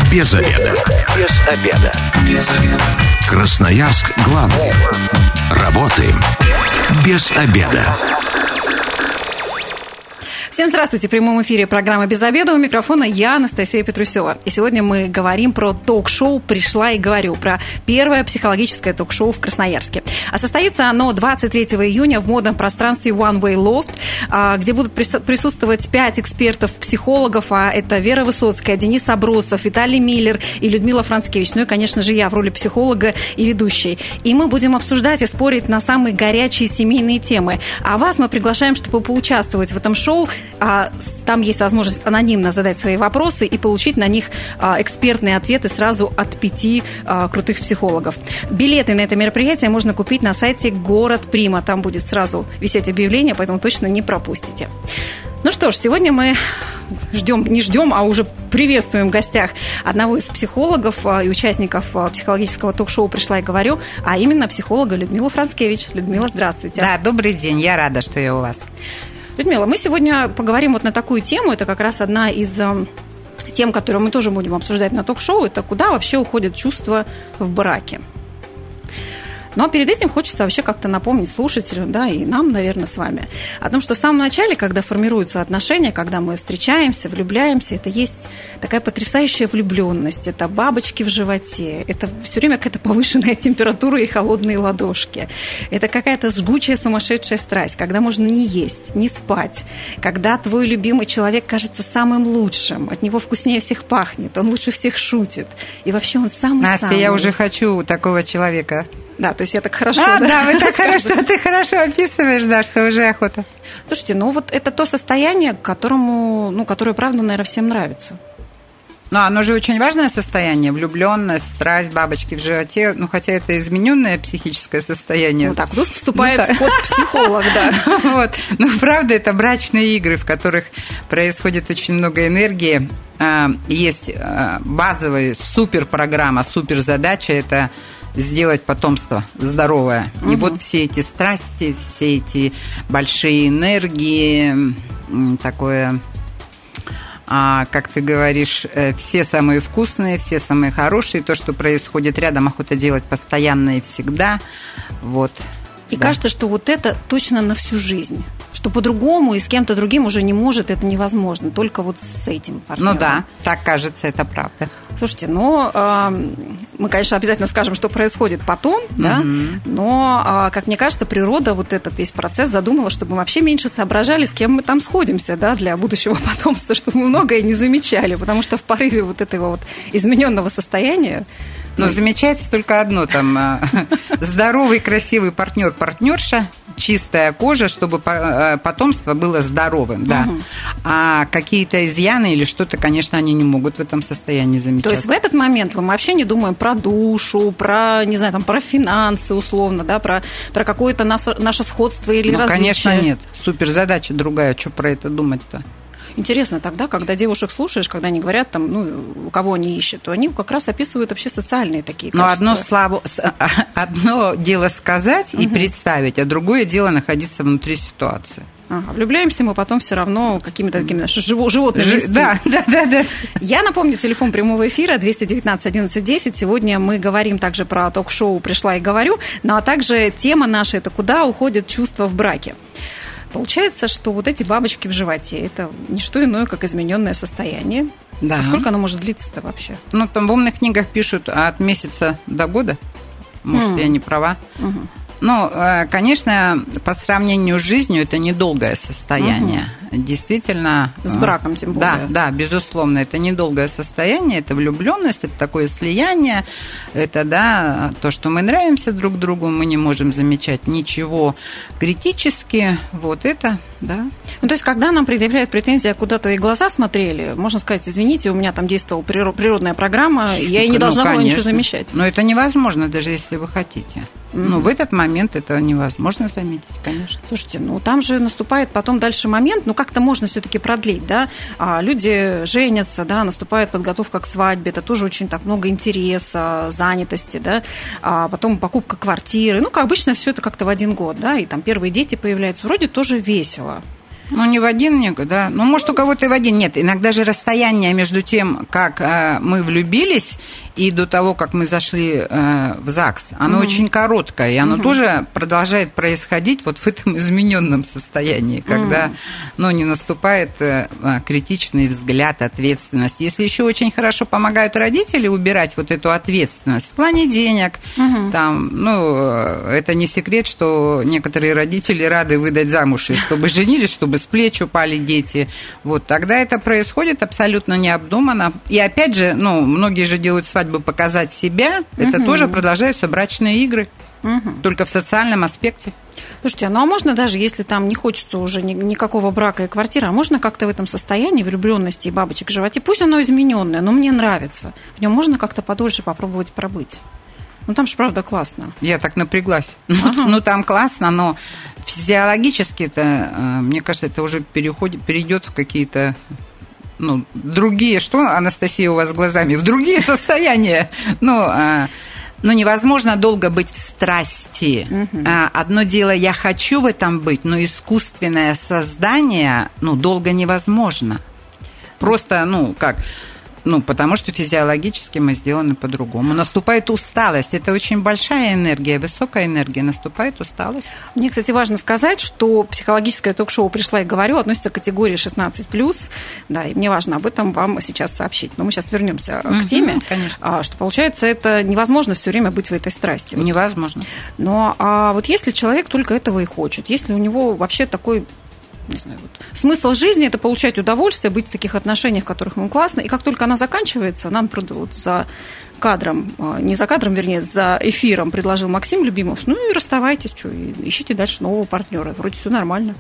Без обеда. Без обеда. Без обеда. Красноярск главный. Работаем без обеда. Всем здравствуйте. В прямом эфире программа «Без обеда». У микрофона я, Анастасия Петрусева. И сегодня мы говорим про ток-шоу «Пришла и говорю», про первое психологическое ток-шоу в Красноярске. А состоится оно 23 июня в модном пространстве One Way Loft, где будут присутствовать 5 экспертов-психологов. А это Вера Высоцкая, Денис Абросов, Виталий Миллер и Людмила Францкевич. Ну и, конечно же, я в роли психолога и ведущей. И мы будем обсуждать и спорить на самые горячие семейные темы. А вас мы приглашаем, чтобы поучаствовать в этом шоу. Там есть возможность анонимно задать свои вопросы и получить на них экспертные ответы сразу от 5 крутых психологов. Билеты на это мероприятие можно купить на сайте «Город Прима». Там будет сразу висеть объявление, поэтому точно не пропустите. Ну что ж, сегодня мы не ждем, а уже приветствуем в гостях одного из психологов и участников психологического ток-шоу «Пришла и говорю», а именно психолога Людмилу Францкевич. Людмила, здравствуйте. Да, добрый день, я рада, что я у вас. Людмила, мы сегодня поговорим вот на такую тему. Это как раз одна из тем, которую мы тоже будем обсуждать на ток-шоу. Это куда вообще уходят чувства в браке. Но перед этим хочется вообще как-то напомнить слушателю, да, и нам, наверное, с вами, о том, что в самом начале, когда формируются отношения, когда мы встречаемся, влюбляемся, это есть такая потрясающая влюбленность, это бабочки в животе, это все время какая-то повышенная температура и холодные ладошки, это какая-то жгучая сумасшедшая страсть, когда можно не есть, не спать, когда твой любимый человек кажется самым лучшим, от него вкуснее всех пахнет, он лучше всех шутит, и вообще он самый-самый. Настя, я уже хочу такого человека. Да, то есть я так хорошо... Да, вы так хорошо, ты хорошо описываешь, да, что уже охота. Слушайте, ну вот это то состояние, которое, правда, наверное, всем нравится. Ну, оно же очень важное состояние, влюбленность, страсть, бабочки в животе, хотя это измененное психическое состояние. Ну, так, тут вступает в ход психолог, да. Вот, но правда, это брачные игры, в которых происходит очень много энергии. Есть базовая суперпрограмма, суперзадача – это сделать потомство здоровое. И вот все эти страсти, все эти большие энергии, такое, как ты говоришь, все самые вкусные, все самые хорошие, то, что происходит рядом, охота делать постоянно и всегда. Вот. И да. Кажется, что вот это точно на всю жизнь. Что по-другому и с кем-то другим уже не может, это невозможно. Только вот с этим партнером. Ну да, так кажется, это правда. Слушайте, мы, конечно, обязательно скажем, что происходит потом, да, но, как мне кажется, природа вот этот весь процесс задумала, чтобы мы вообще меньше соображали, с кем мы там сходимся, да, для будущего потомства, чтобы мы многое не замечали, потому что в порыве вот этого вот измененного состояния. Но замечается только одно, там, здоровый, красивый партнер, партнерша, чистая кожа, чтобы потомство было здоровым, да. А какие-то изъяны или что-то, конечно, они не могут в этом состоянии замечать. То есть в этот момент мы вообще не думаем про душу, про, не знаю, там, про финансы условно, да, про какое-то наше сходство или различие. Конечно, нет. Суперзадача другая, что про это думать-то? Интересно тогда, когда девушек слушаешь, когда они говорят, там, у кого они ищут, то они как раз описывают вообще социальные такие качества. Но одно дело сказать и представить, а другое дело находиться внутри ситуации. Влюбляемся мы потом все равно какими-то такими животными. Да. Я напомню, телефон прямого эфира 219 11 10. Сегодня мы говорим также про ток-шоу «Пришла и говорю», ну а также тема наша – это «Куда уходят чувства в браке?». Получается, что вот эти бабочки в животе – это не что иное, как измененное состояние. Да. А сколько оно может длиться-то вообще? Ну, там в умных книгах пишут от месяца до года. Может, я не права. Ну, конечно, по сравнению с жизнью это недолгое состояние. Действительно. С браком, тем более. Да, безусловно, это недолгое состояние, это влюбленность, это такое слияние, это, да, то, что мы нравимся друг другу, мы не можем замечать ничего критически, вот это, да. Ну, то есть, когда нам предъявляют претензии, куда твои глаза смотрели, можно сказать, извините, у меня там действовала природная программа, я и не должна была ничего замечать. Но это невозможно, даже если вы хотите. Ну, в этот момент это невозможно заметить, конечно. Слушайте, там же наступает потом дальше момент, как-то можно все-таки продлить, да, люди женятся, да, наступает подготовка к свадьбе, это тоже очень так много интереса, занятости, да, потом покупка квартиры, как обычно, все это как-то в один год, да, и там первые дети появляются, вроде тоже весело. Ну, не в один, да. Ну, может, у кого-то и в один. Нет, иногда же расстояние между тем, как мы влюбились, и до того, как мы зашли в ЗАГС, оно очень короткое, и оно тоже продолжает происходить вот в этом измененном состоянии, когда не наступает критичный взгляд, ответственность. Если еще очень хорошо помогают родители убирать вот эту ответственность в плане денег, это не секрет, что некоторые родители рады выдать замуж, и чтобы женились, чтобы с плеч упали дети. Вот, тогда это происходит абсолютно необдуманно. И опять же, многие же делают свадьбу показать себя, это тоже продолжаются брачные игры, только в социальном аспекте. Слушайте, а можно даже, если там не хочется уже никакого брака и квартиры, а можно как-то в этом состоянии влюбленности и бабочек в животе, пусть оно измененное, но мне нравится, в нем можно как-то подольше попробовать пробыть? Там же, правда, классно. Я так напряглась. Там классно, но физиологически-то, мне кажется, это уже перейдет в какие-то другие, что, Анастасия, у вас с глазами? В другие состояния. Невозможно долго быть в страсти. Одно дело, я хочу в этом быть, но искусственное создание, долго невозможно. Просто, потому что физиологически мы сделаны по-другому. Наступает усталость. Это очень большая энергия, высокая энергия. Наступает усталость. Мне, кстати, важно сказать, что психологическое ток-шоу «Пришла и говорю» относится к категории 16+. Да, и мне важно об этом вам сейчас сообщить. Но мы сейчас вернемся к теме. Конечно. Что, получается, это невозможно все время быть в этой страсти. Невозможно. Но вот если человек только этого и хочет, если у него вообще такой... Не знаю, смысл жизни – это получать удовольствие, быть в таких отношениях, в которых ему классно. И как только она заканчивается, нам за кадром, не за кадром, вернее, за эфиром предложил Максим Любимов, и расставайтесь, ищите дальше нового партнера. Вроде все нормально.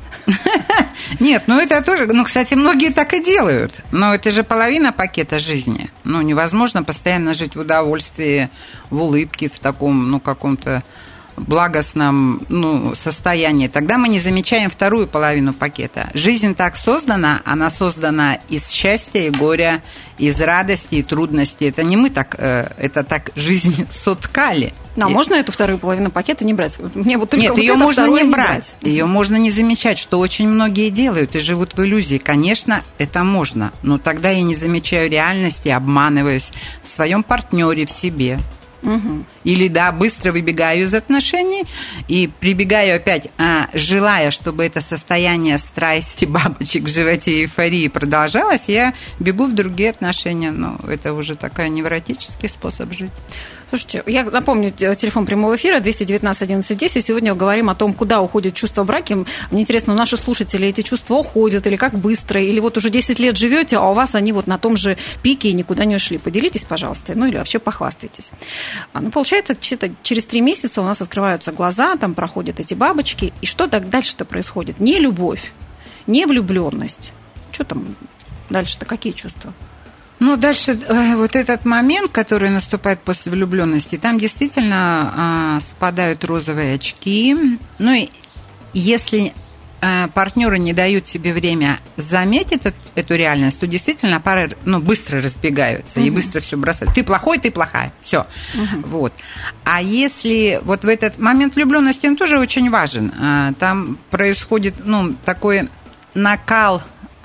Нет, это тоже, кстати, многие так и делают. Но это же половина пакета жизни. Невозможно постоянно жить в удовольствии, в улыбке, в таком, каком-то благостном состоянии, тогда мы не замечаем вторую половину пакета. Жизнь так создана, она создана из счастья и горя, из радости и трудностей. Это не мы так, это так жизнь соткали. Можно эту вторую половину пакета не брать? Нет, ее можно не брать. Ее можно не замечать, что очень многие делают и живут в иллюзии. Конечно, это можно, но тогда я не замечаю реальности, обманываюсь в своем партнере, в себе. Или, быстро выбегаю из отношений и прибегаю опять, желая, чтобы это состояние страсти, бабочек в животе, эйфории продолжалось, я бегу в другие отношения. Это уже такой невротический способ жить. Слушайте, я напомню, телефон прямого эфира 219-11-10. Сегодня говорим о том, куда уходит чувство в браке. Мне интересно, у наших слушателей эти чувства уходят, или как быстро, или уже 10 лет живете, а у вас они на том же пике и никуда не ушли. Поделитесь, пожалуйста, или вообще похвастайтесь. Получается, через 3 месяца у нас открываются глаза, там проходят эти бабочки, и что дальше-то происходит? Не любовь, не влюбленность. Что там дальше-то, какие чувства? Дальше вот этот момент, который наступает после влюбленности, там действительно спадают розовые очки. И если партнеры не дают себе время заметить эту реальность, то действительно пары быстро разбегаются и быстро все бросают. Ты плохой, ты плохая. Все. Вот. А если в этот момент влюбленности, он тоже очень важен. Там происходит такой накал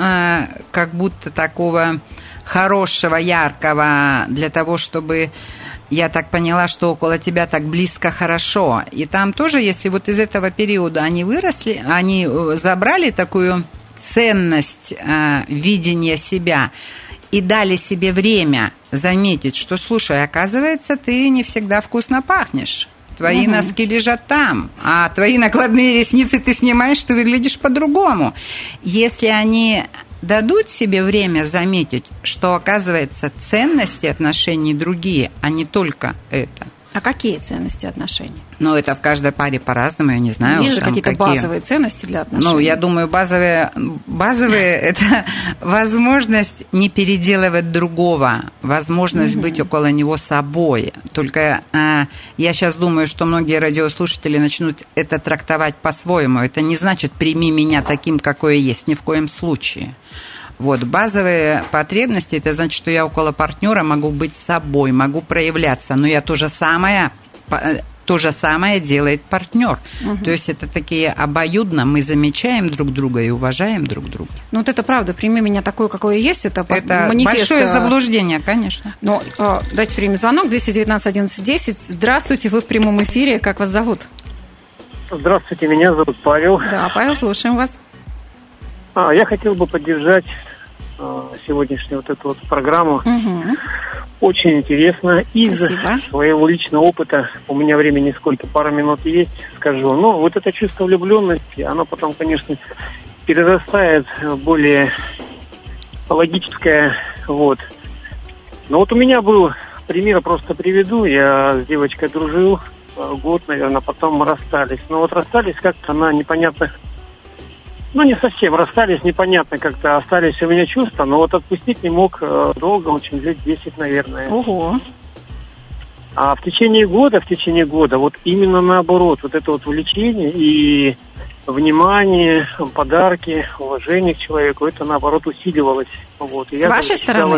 как будто такого хорошего, яркого, для того, чтобы я так поняла, что около тебя так близко хорошо. И там тоже, если из этого периода они выросли, они забрали такую ценность видения себя и дали себе время заметить, что, слушай, оказывается, ты не всегда вкусно пахнешь. Твои носки лежат там, а твои накладные ресницы ты снимаешь, ты выглядишь по-другому. Если они дадут себе время заметить, что, оказывается, ценности отношений другие, а не только это. А какие ценности отношений? Это в каждой паре по-разному, я не знаю. Есть же какие-то базовые ценности для отношений? Я думаю, базовые это возможность не переделывать другого, возможность быть около него собой. Только я сейчас думаю, что многие радиослушатели начнут это трактовать по-своему. Это не значит «прими меня таким, какой я есть», ни в коем случае. Базовые потребности – это значит, что я около партнера могу быть собой, могу проявляться, но я то же самое то же самое делает партнер. То есть это такие обоюдно, мы замечаем друг друга и уважаем друг друга. Ну вот это правда, прими меня такое, какое есть, это манифест. Большое заблуждение, конечно. Но дайте примем звонок, 219-11-10. Здравствуйте, вы в прямом эфире, как вас зовут? Здравствуйте, меня зовут Павел. Да, Павел, слушаем вас. Я хотел бы поддержать сегодняшнюю вот эту вот программу. Очень интересно. Из своего личного опыта, у меня времени сколько, пару минут есть, скажу. Но вот это чувство влюбленности, оно потом, конечно, перерастает в более логическое. Вот. Но вот у меня был, пример просто приведу, я с девочкой дружил год, наверное, потом мы расстались. Но вот расстались как-то на непонятных... не совсем расстались, непонятно как-то, остались у меня чувства, но вот отпустить не мог долго, очень лет 10, наверное. Ого! А в течение года, вот именно наоборот, вот это вот влечение и внимание, подарки, уважение к человеку, это наоборот усиливалось. Вот. И с вашей стороны?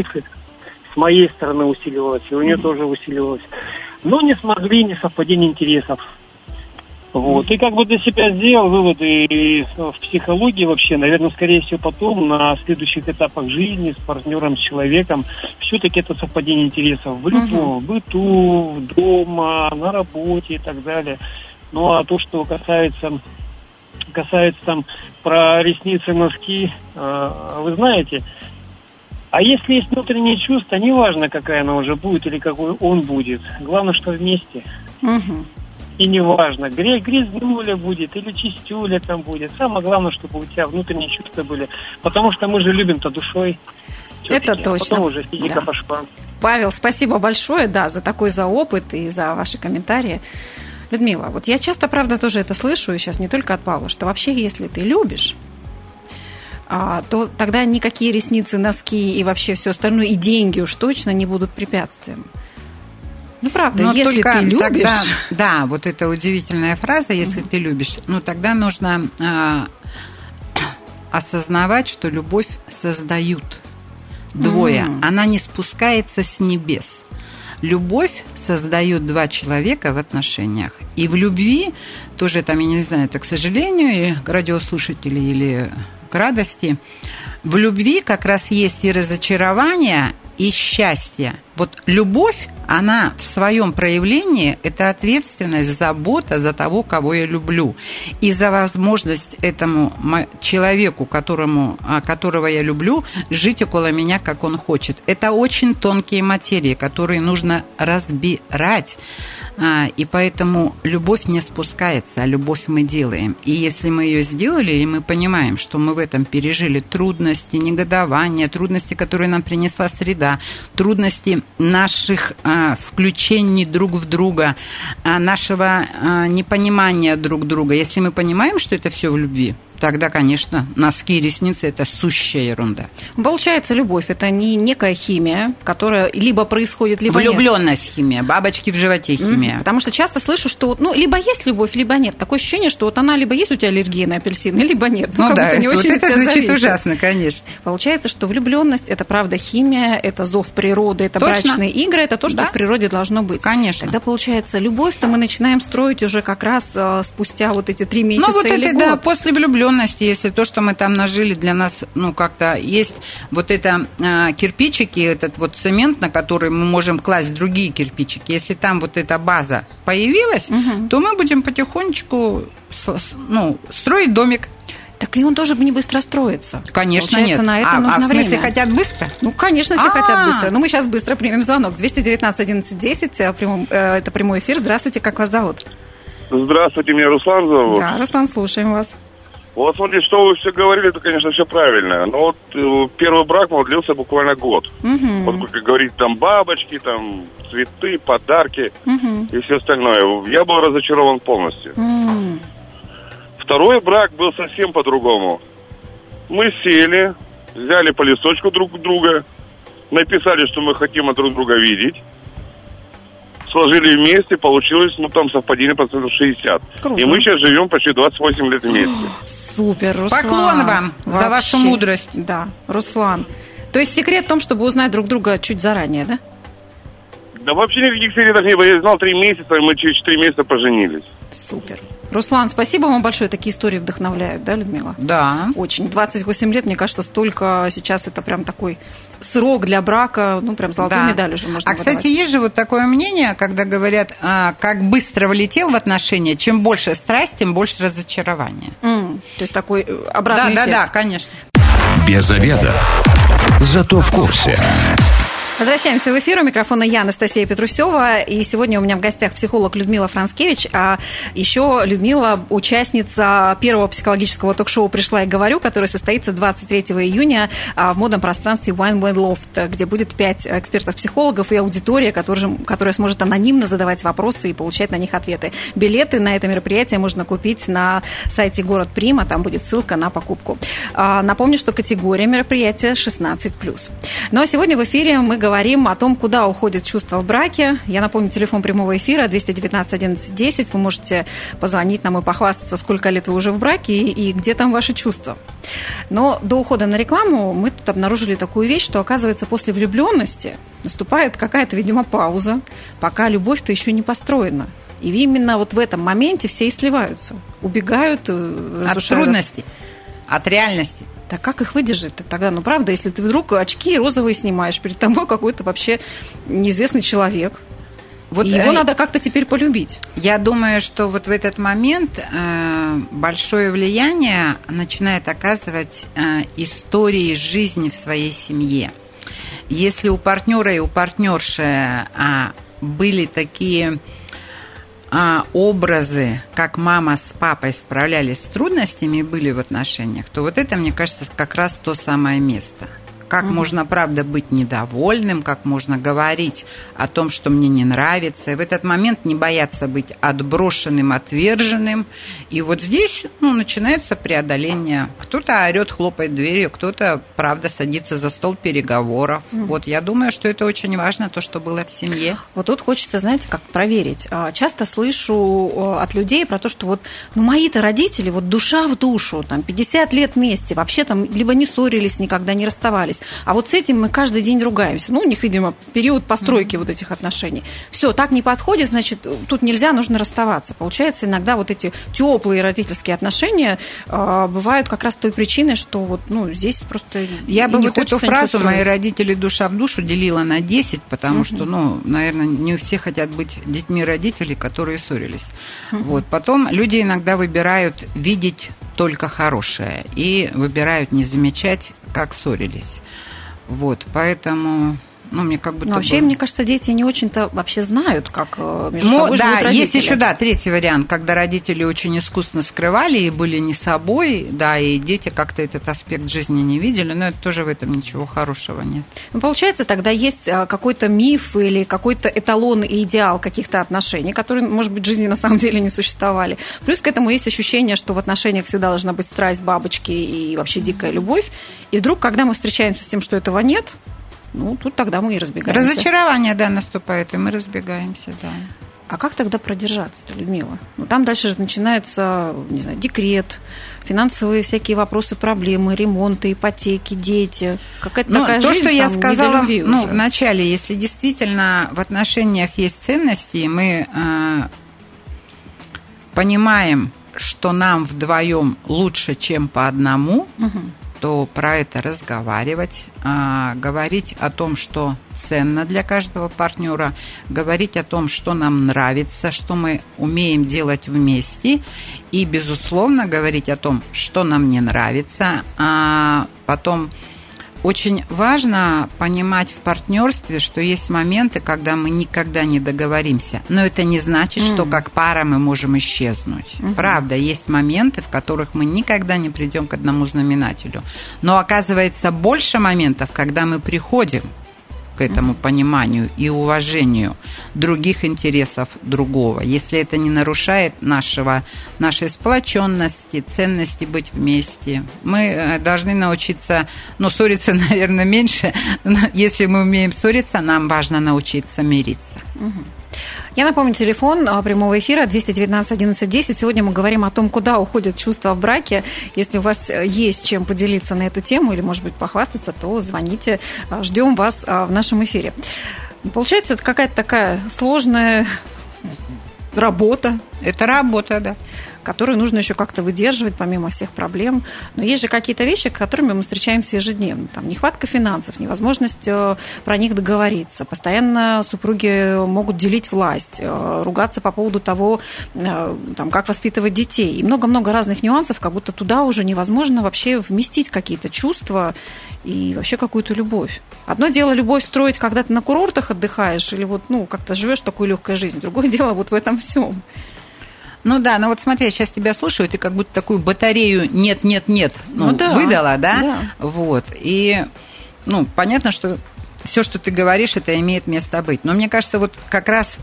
С моей стороны усиливалось, и у нее тоже усиливалось. Но не смогли, не совпадение интересов. Вот. И как бы для себя сделал выводы в психологии вообще, наверное, скорее всего потом, на следующих этапах жизни, с партнером, с человеком, все-таки это совпадение интересов в быту, дома, на работе и так далее. Ну, а то, что касается там про ресницы, носки, вы знаете, а если есть внутреннее чувство, неважно, какая она уже будет или какой он будет, главное, что вместе. И неважно, грязнуля будет или чистюля там будет. Самое главное, чтобы у тебя внутренние чувства были. Потому что мы же любим-то душой. Это точно. Потом уже физика пошла. Павел, спасибо большое, за такой опыт и за ваши комментарии. Людмила, вот я часто, правда, тоже это слышу, и сейчас не только от Павла, что вообще, если ты любишь, то тогда никакие ресницы, носки и вообще все остальное, и деньги уж точно не будут препятствием. Ну, правда, но если ты любишь... Тогда, да, вот эта удивительная фраза, если ты любишь, тогда нужно осознавать, что любовь создают двое. Она не спускается с небес. Любовь создают два человека в отношениях. И в любви, тоже там, я не знаю, это, к сожалению, и к радиослушателю или к радости, в любви как раз есть и разочарование, и счастье. Вот любовь, она в своем проявлении – это ответственность, забота за того, кого я люблю. И за возможность этому человеку, которого я люблю, жить около меня, как он хочет. Это очень тонкие материи, которые нужно разбирать. И поэтому любовь не спускается, а любовь мы делаем. И если мы ее сделали, и мы понимаем, что мы в этом пережили трудности, негодования, трудности, которые нам принесла среда, трудности наших включений друг в друга, нашего непонимания друг друга. Если мы понимаем, что это все в любви, тогда, конечно, носки и ресницы – это сущая ерунда. Получается, любовь – это не некая химия, которая либо происходит, либо нет. Влюбленность химия, бабочки в животе химия. Потому что часто слышу, что либо есть любовь, либо нет. Такое ощущение, что вот она либо есть у тебя аллергия на апельсины, либо нет. Не очень это звучит ужасно, конечно. Получается, что влюбленность – это правда химия, это зов природы, это брачные игры, это то, что в природе должно быть. Конечно. Тогда, получается, любовь-то мы начинаем строить уже как раз спустя вот эти 3 месяца или год. Да, после влюбленности. Если то, что мы там нажили, для нас, как-то есть вот это кирпичики, этот вот цемент, на который мы можем класть другие кирпичики. Если там вот эта база появилась, то мы будем потихонечку строить домик. Так и он тоже не быстро строится. Конечно, получается, нет. На это нужно время. В смысле, хотят быстро? Конечно, все хотят быстро. Но мы сейчас быстро примем звонок. 219-11-10, это прямой эфир. Здравствуйте, как вас зовут? Здравствуйте, меня Руслан зовут. Да, Руслан, слушаем вас. Вот смотрите, что вы все говорили, это, конечно, все правильно. Но вот первый брак мой длился буквально год. Вот, как говорить, там бабочки, там цветы, подарки и все остальное. Я был разочарован полностью. Второй брак был совсем по-другому. Мы сели, взяли по листочку друг друга, написали, что мы хотим друг друга видеть. Сложили вместе, получилось, там совпадение процентов 60. Круто. И мы сейчас живем почти 28 лет вместе. Супер, Руслан. Поклон вам за вашу мудрость. Да, Руслан. То есть секрет в том, чтобы узнать друг друга чуть заранее, да? Да вообще никаких секретов не было. Я знал 3 месяца, и мы через 4 месяца поженились. Супер. Руслан, спасибо вам большое. Такие истории вдохновляют, да, Людмила? Да. Очень. 28 лет, мне кажется, столько сейчас это прям такой срок для брака, ну, прям золотую медаль уже можно выдавать. Кстати, есть же вот такое мнение, когда говорят, как быстро влетел в отношения, чем больше страсть, тем больше разочарования. То есть такой обратный эффект. Да, конечно. Без обеда. Зато в курсе. Возвращаемся в эфир. У микрофона я, Анастасия Петрусева. И сегодня у меня в гостях психолог Людмила Францкевич. А еще Людмила – участница первого психологического ток-шоу «Пришла и говорю», которое состоится 23 июня в модном пространстве Wine Loft, где будет 5 экспертов-психологов и аудитория, которая сможет анонимно задавать вопросы и получать на них ответы. Билеты на это мероприятие можно купить на сайте «Город Прима». Там будет ссылка на покупку. Напомню, что категория мероприятия 16+. Ну а сегодня в эфире мы говорим о том, куда уходит чувство в браке. Я напомню, телефон прямого эфира 219 11 10. Вы можете позвонить нам и похвастаться, сколько лет вы уже в браке и где там ваши чувства. Но до ухода на рекламу мы тут обнаружили такую вещь, что, оказывается, после влюбленности наступает какая-то, видимо, пауза, пока любовь-то еще не построена. И именно вот в этом моменте все и сливаются, убегают, разрушают. От трудностей, от реальности. Так как их выдержать-то тогда? Ну, правда, если ты вдруг очки розовые снимаешь, перед тобой какой-то вообще неизвестный человек. Вот его надо как-то теперь полюбить. Я думаю, что вот в этот момент большое влияние начинает оказывать истории жизни в своей семье. Если у партнера и у партнерши были такие образы, как мама с папой справлялись с трудностями и были в отношениях, то вот это, мне кажется, как раз то самое место. Как можно, правда, быть недовольным, как можно говорить о том, что мне не нравится, и в этот момент не бояться быть отброшенным, отверженным. И вот здесь начинается преодоление. Кто-то орет, хлопает дверью, кто-то, правда, садится за стол переговоров. Вот я думаю, что это очень важно, то, что было в семье. Вот тут хочется, знаете, как проверить. Часто слышу от людей про то, что вот мои-то родители, вот душа в душу, там 50 лет вместе, вообще там либо не ссорились, никогда не расставались. А вот с этим мы каждый день ругаемся. Ну, у них, видимо, период постройки вот этих отношений. Все, так не подходит, значит, тут нельзя, нужно расставаться. Получается, иногда вот эти теплые родительские отношения бывают как раз той причиной, что вот, здесь просто я бы вот эту фразу «мои родители душа в душу» делила на 10, потому что, наверное, не все хотят быть детьми родителей, которые ссорились. Вот. Потом люди иногда выбирают видеть только хорошее и выбирают не замечать, как ссорились. Вот, поэтому, мне как будто вообще, мне кажется, дети не очень-то вообще знают, как между собой живут родители. Есть еще, третий вариант, когда родители очень искусно скрывали и были не собой, и дети как-то этот аспект жизни не видели, но это тоже в этом ничего хорошего нет. Получается, тогда есть какой-то миф или какой-то эталон и идеал каких-то отношений, которые, может быть, в жизни на самом деле не существовали. Плюс к этому есть ощущение, что в отношениях всегда должна быть страсть, бабочки и вообще дикая любовь. И вдруг, когда мы встречаемся с тем, что этого нет, тут тогда мы и разбегаемся. Разочарование, наступает, и мы разбегаемся, А как тогда продержаться-то, Людмила? Там дальше же начинается, не знаю, декрет, финансовые всякие вопросы, проблемы, ремонты, ипотеки, дети. Какая-то такая жизнь, что я сказала в начале, если действительно в отношениях есть ценности, и мы понимаем, что нам вдвоем лучше, чем по одному, то про это разговаривать, говорить о том, что ценно для каждого партнера, говорить о том, что нам нравится, что мы умеем делать вместе, и, безусловно, говорить о том, что нам не нравится. Потом очень важно понимать в партнерстве, что есть моменты, когда мы никогда не договоримся. Но это не значит, что как пара мы можем исчезнуть. Правда, есть моменты, в которых мы никогда не придем к одному знаменателю. Но оказывается больше моментов, когда мы приходим к этому пониманию и уважению других интересов другого, если это не нарушает нашей сплоченности, ценности быть вместе. Мы должны научиться, ссориться, наверное, меньше, но если мы умеем ссориться, нам важно научиться мириться. Я напомню, телефон прямого эфира 219 11 10. Сегодня мы говорим о том, куда уходят чувства в браке. Если у вас есть чем поделиться на эту тему или, может быть, похвастаться, то звоните. Ждем вас в нашем эфире. Получается, это какая-то такая сложная работа. Это работа, да. Которую нужно еще как-то выдерживать, помимо всех проблем. Но есть же какие-то вещи, с которыми мы встречаемся ежедневно. Там нехватка финансов, невозможность про них договориться. Постоянно супруги могут делить власть, ругаться по поводу того, там, как воспитывать детей. И много-много разных нюансов, как будто туда уже невозможно вообще вместить какие-то чувства и вообще какую-то любовь. Одно дело любовь строить, когда ты на курортах отдыхаешь или вот, как-то живешь такой легкой жизнью. Другое дело вот в этом всем. Ну да, но вот смотри, я сейчас тебя слушаю, ты как будто такую батарею «нет-нет-нет» да, выдала, да? Да. Вот, и, понятно, что все, что ты говоришь, это имеет место быть. Но мне кажется, вот как раз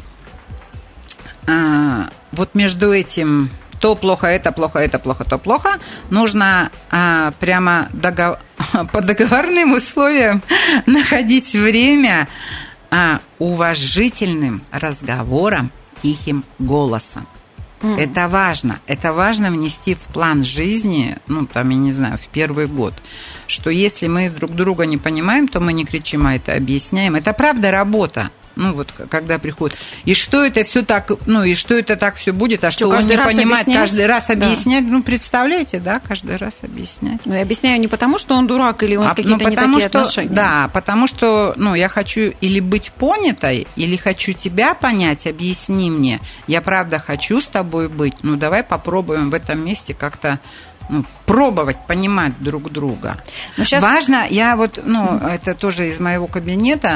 вот между этим то плохо, это плохо, то плохо, нужно прямо по договорным условиям находить время уважительным разговором, тихим голосом. Это важно. Это важно внести в план жизни, я не знаю, в первый год. Что если мы друг друга не понимаем, то мы не кричим, а это объясняем. Это правда работа. Когда приходит. И что это все так, и что это так все будет, а что он не понимает, каждый раз объяснять. Да. Представляете, да, каждый раз объяснять. Я объясняю не потому, что он дурак или у нас какие-то не такие отношения. Да, потому что, я хочу или быть понятой, или хочу тебя понять, объясни мне. Я правда хочу с тобой быть, давай попробуем в этом месте как-то пробовать понимать друг друга. Сейчас... Важно, это тоже из моего кабинета,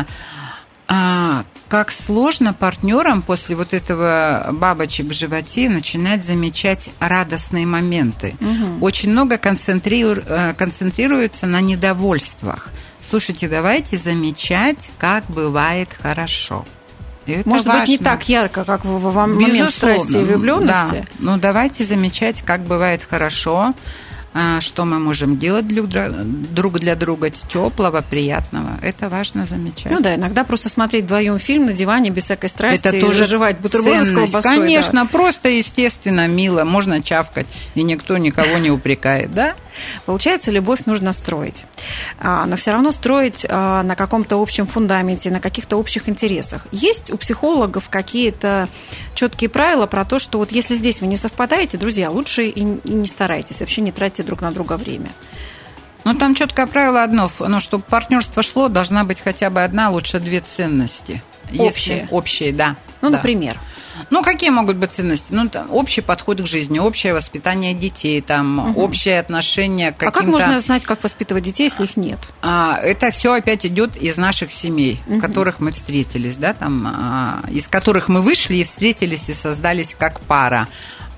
как сложно партнерам после вот этого бабочек в животе начинать замечать радостные моменты. Угу. Очень много концентрируется на недовольствах. Слушайте, давайте замечать, как бывает хорошо. Может быть, не так ярко, как в момент страсти и влюбленности. Да. Давайте замечать, как бывает хорошо, что мы можем делать друг для друга теплого, приятного. Это важно замечать. Иногда просто смотреть вдвоем фильм на диване без всякой страсти, это тоже жевать бутерброды с колбасой. Конечно, просто, естественно, мило, можно чавкать, и никто никого не упрекает, да? Получается, любовь нужно строить. Но все равно строить на каком-то общем фундаменте, на каких-то общих интересах. Есть у психологов какие-то четкие правила про то, что вот если здесь вы не совпадаете, друзья, лучше и не старайтесь, вообще не тратьте друг на друга время. Там четкое правило одно, чтобы партнерство шло, должна быть хотя бы одна, лучше две ценности. Общие, да. Например? Какие могут быть ценности? Общий подход к жизни, общее воспитание детей, общее отношение к каким-то... А как можно знать, как воспитывать детей, если их нет? Это все опять идет из наших семей, в которых мы встретились, да, из которых мы вышли и встретились и создались как пара.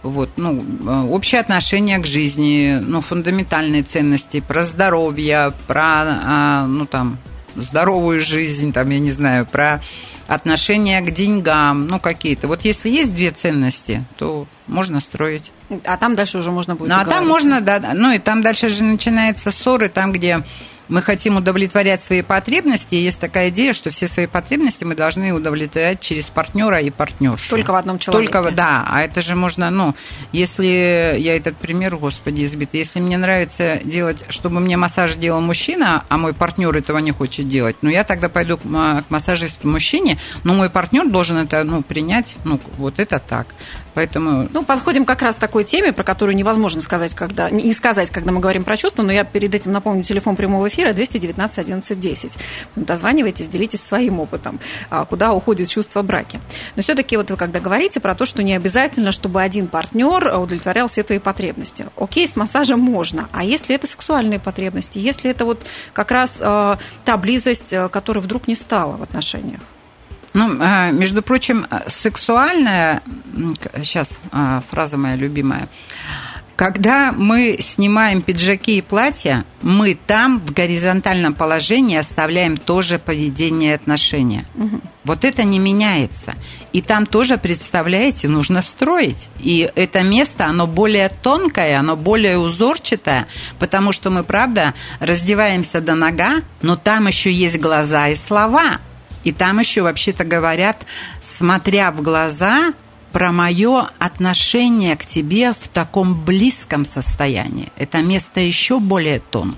Общее отношение к жизни, фундаментальные ценности, про здоровье, про, здоровую жизнь, я не знаю, про отношение к деньгам, какие-то. Вот если есть две ценности, то можно строить. А там дальше уже можно будет договориться. А там можно, да. И там дальше же начинаются ссоры, там, где мы хотим удовлетворять свои потребности. И есть такая идея, что все свои потребности мы должны удовлетворять через партнера и партнершу. Только в одном человеке. Да. А это же можно, если я этот пример, господи, избит, если мне нравится делать, чтобы мне массаж делал мужчина, а мой партнер этого не хочет делать, я тогда пойду к массажисту мужчине, но мой партнер должен это, принять, вот это так. Поэтому... подходим как раз к такой теме, про которую невозможно не сказать, когда мы говорим про чувства, но я перед этим напомню телефон прямого эфира 219 11 10. Дозванивайтесь, делитесь своим опытом, куда уходит чувство браки. Но все-таки вы когда говорите про то, что не обязательно, чтобы один партнер удовлетворял все твои потребности. Окей, с массажем можно, а если это сексуальные потребности, если это как раз та близость, которой вдруг не стало в отношениях? Между прочим, сексуальная, сейчас фраза моя любимая, когда мы снимаем пиджаки и платья, мы там в горизонтальном положении оставляем тоже поведение и отношения. Угу. Вот это не меняется. И там тоже, представляете, нужно строить. И это место, оно более тонкое, оно более узорчатое, потому что мы, правда, раздеваемся до нога, но там еще есть глаза и слова. И там еще вообще-то говорят, смотря в глаза, про мое отношение к тебе в таком близком состоянии. Это место еще более тонкое.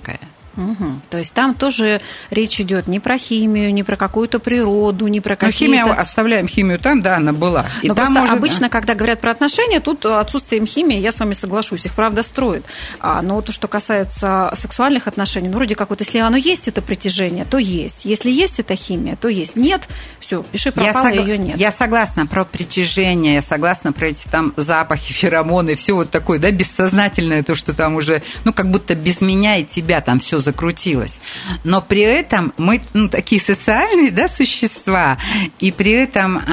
То есть там тоже речь идет не про химию, не про какую-то природу, не про какие-то... химию, оставляем химию там, да, она была. И но там просто обычно, когда говорят про отношения, тут отсутствием химии, я с вами соглашусь, их правда строят. Но то, что касается сексуальных отношений, вроде как вот если оно есть, это притяжение, то есть. Если есть эта химия, то есть. Нет, все, пиши пропало, ее нет. Я согласна про притяжение, я согласна про эти там запахи, феромоны, все вот такое, да, бессознательное, то, что там уже, как будто без меня и тебя там все закрутилось. Но при этом мы такие социальные, да, существа, и при этом...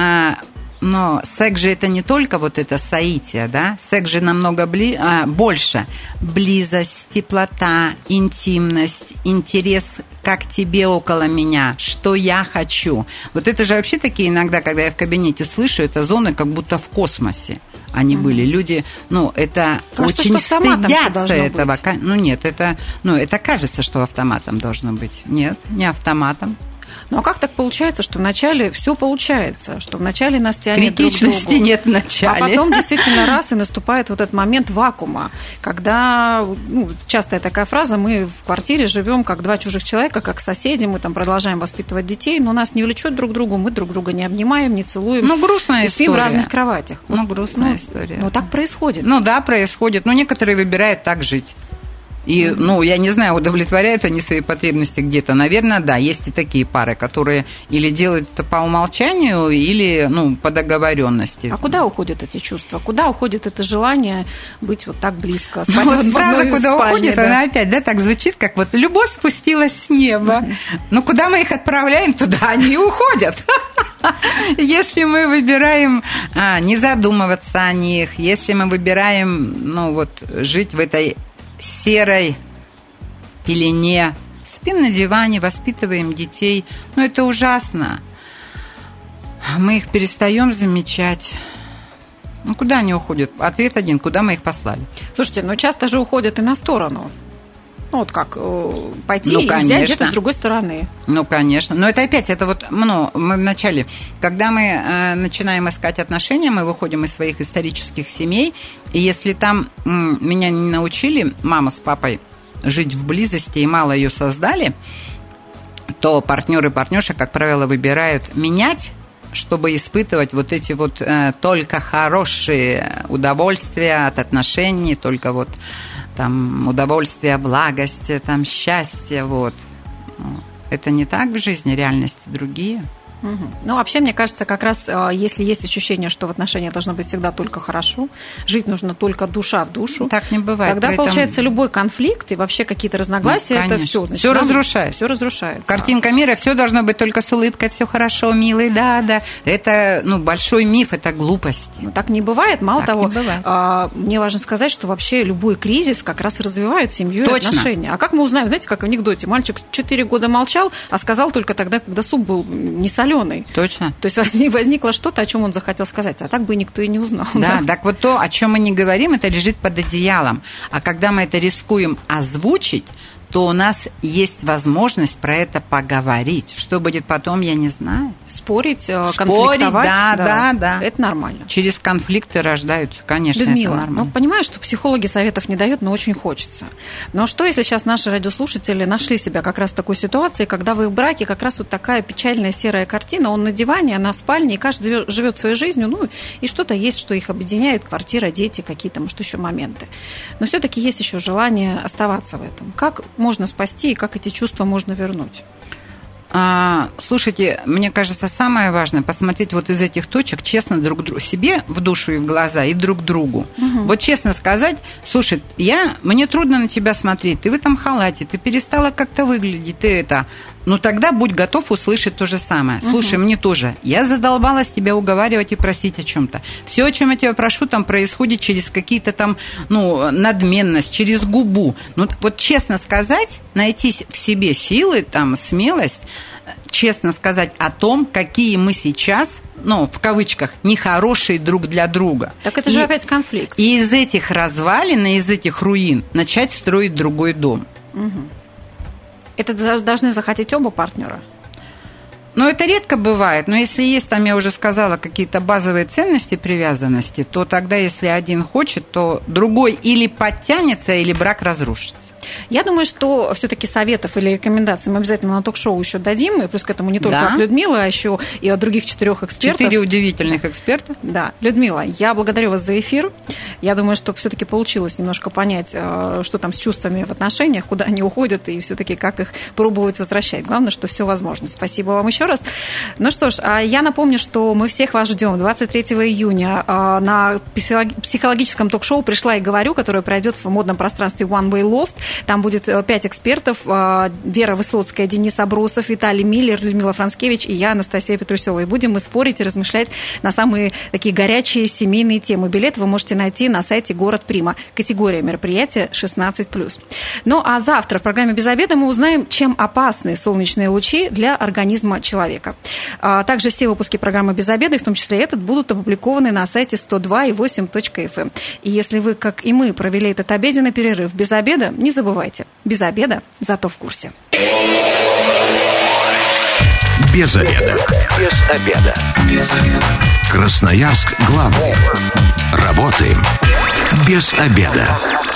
Но секс же это не только вот это соитие, да? Секс же намного больше. Близость, теплота, интимность, интерес, как тебе около меня, что я хочу. Вот это же вообще такие иногда, когда я в кабинете слышу, это зоны как будто в космосе. Они были. Люди, это кажется, очень стыдятся этого. Нет, это кажется, что автоматом должно быть. Нет, не автоматом. Ну а как так получается, что вначале все получается, что вначале нас тянет друг к другу? Критичности нет в начале. А потом действительно раз и наступает вот этот момент вакуума, когда, частая такая фраза, мы в квартире живем как два чужих человека, как соседи, мы там продолжаем воспитывать детей, но нас не влечет друг к другу, мы друг друга не обнимаем, не целуем. Грустная история. И спим в разных кроватях. Грустная история. Но так происходит. Да, происходит. Некоторые выбирают так жить. И, я не знаю, удовлетворяют они свои потребности где-то. Наверное, да, есть и такие пары, которые или делают это по умолчанию, или, по договоренности. А куда уходят эти чувства? Куда уходит это желание быть вот так близко? Спать фраза «куда спальне, уходит», да? она опять, да, так звучит, как вот «любовь спустилась с неба». Куда мы их отправляем, туда они и уходят. Если мы выбираем не задумываться о них, если мы выбираем, жить в этой серой пелене, спим на диване, воспитываем детей. Это ужасно. Мы их перестаем замечать. Куда они уходят? Ответ один: куда мы их послали? Слушайте, часто же уходят и на сторону. Как пойти и взять где-то с другой стороны. Конечно. Но это опять, мы вначале, когда мы начинаем искать отношения, мы выходим из своих исторических семей, и если там меня не научили, мама с папой, жить в близости и мало ее создали, то партнер и партнерша, как правило, выбирают менять, чтобы испытывать вот эти только хорошие удовольствия от отношений, только там удовольствие, благость, там счастье, Это не так в жизни, реальности другие. Вообще, мне кажется, как раз если есть ощущение, что в отношениях должно быть всегда только хорошо, жить нужно только душа в душу. Так не бывает. Тогда, получается, любой конфликт и вообще какие-то разногласия, это все. Все разрушается. Все разрушается. Картинка мира, все должно быть только с улыбкой, все хорошо, милый, да. Это, большой миф, это глупость. Так не бывает. Мало того, мне важно сказать, что вообще любой кризис как раз развивает семью и отношения. А как мы узнаем, знаете, как в анекдоте, мальчик 4 года молчал, а сказал только тогда, когда суп был не соленый. Точно. То есть возникло что-то, о чем он захотел сказать, а так бы никто и не узнал. Да, так то, о чем мы не говорим, это лежит под одеялом. А когда мы это рискуем озвучить, то у нас есть возможность про это поговорить. Что будет потом, я не знаю. Спорить, конфликтовать. Да. Это нормально. Через конфликты рождаются, конечно, Людмила, это нормально. Понимаю, что психологи советов не дают, но очень хочется. Но что, если сейчас наши радиослушатели нашли себя как раз в такой ситуации, когда в их браке как раз такая печальная серая картина, он на диване, она в спальне, и каждый живет своей жизнью, и что-то есть, что их объединяет, квартира, дети, какие-то, может, еще моменты. Но все-таки есть еще желание оставаться в этом. Как можно спасти и как эти чувства можно вернуть? Слушайте, мне кажется, самое важное посмотреть из этих точек честно друг другу, себе в душу и в глаза, и друг другу. Честно сказать: слушай, мне трудно на тебя смотреть, ты в этом халате, ты перестала как-то выглядеть, ты это... тогда будь готов услышать то же самое. Слушай, мне тоже. Я задолбалась тебя уговаривать и просить о чем-то. Все, о чем я тебя прошу, там происходит через какие-то там, надменность, через губу. Честно сказать, найти в себе силы, там, смелость, честно сказать о том, какие мы сейчас, в кавычках, нехорошие друг для друга. Так это же опять конфликт. И из этих развалин, из этих руин начать строить другой дом. Это должны захотеть оба партнера? Это редко бывает. Но если есть, там, я уже сказала, какие-то базовые ценности привязанности, то тогда, если один хочет, то другой или подтянется, или брак разрушится. Я думаю, что все-таки советов или рекомендаций мы обязательно на ток-шоу еще дадим, и плюс к этому не только от Людмилы, а еще и от других 4 экспертов. 4 удивительных эксперта. Да. Людмила, я благодарю вас за эфир. Я думаю, что все-таки получилось немножко понять, что там с чувствами в отношениях, куда они уходят, и все-таки как их пробовать возвращать. Главное, что все возможно. Спасибо вам еще раз. Ну что ж, я напомню, что мы всех вас ждем 23 июня на психологическом ток-шоу «Пришла и говорю», которое пройдет в модном пространстве One Way Loft. Там будет 5 экспертов: Вера Высоцкая, Денис Абросов, Виталий Миллер, Людмила Францкевич и я, Анастасия Петрусева. И будем мы спорить и размышлять на самые такие горячие семейные темы. Билеты вы можете найти на сайте «Город Прима». Категория мероприятия 16+. Ну а завтра в программе «Без обеда» мы узнаем, чем опасны солнечные лучи для организма человека. Также все выпуски программы «Без обеда», в том числе этот, будут опубликованы на сайте 102.8.fm. И если вы, как и мы, провели этот обеденный перерыв без обеда, не забывайте, без обеда, зато в курсе. Без обеда. Без обеда. Без обеда. Красноярск главный. Работаем без обеда.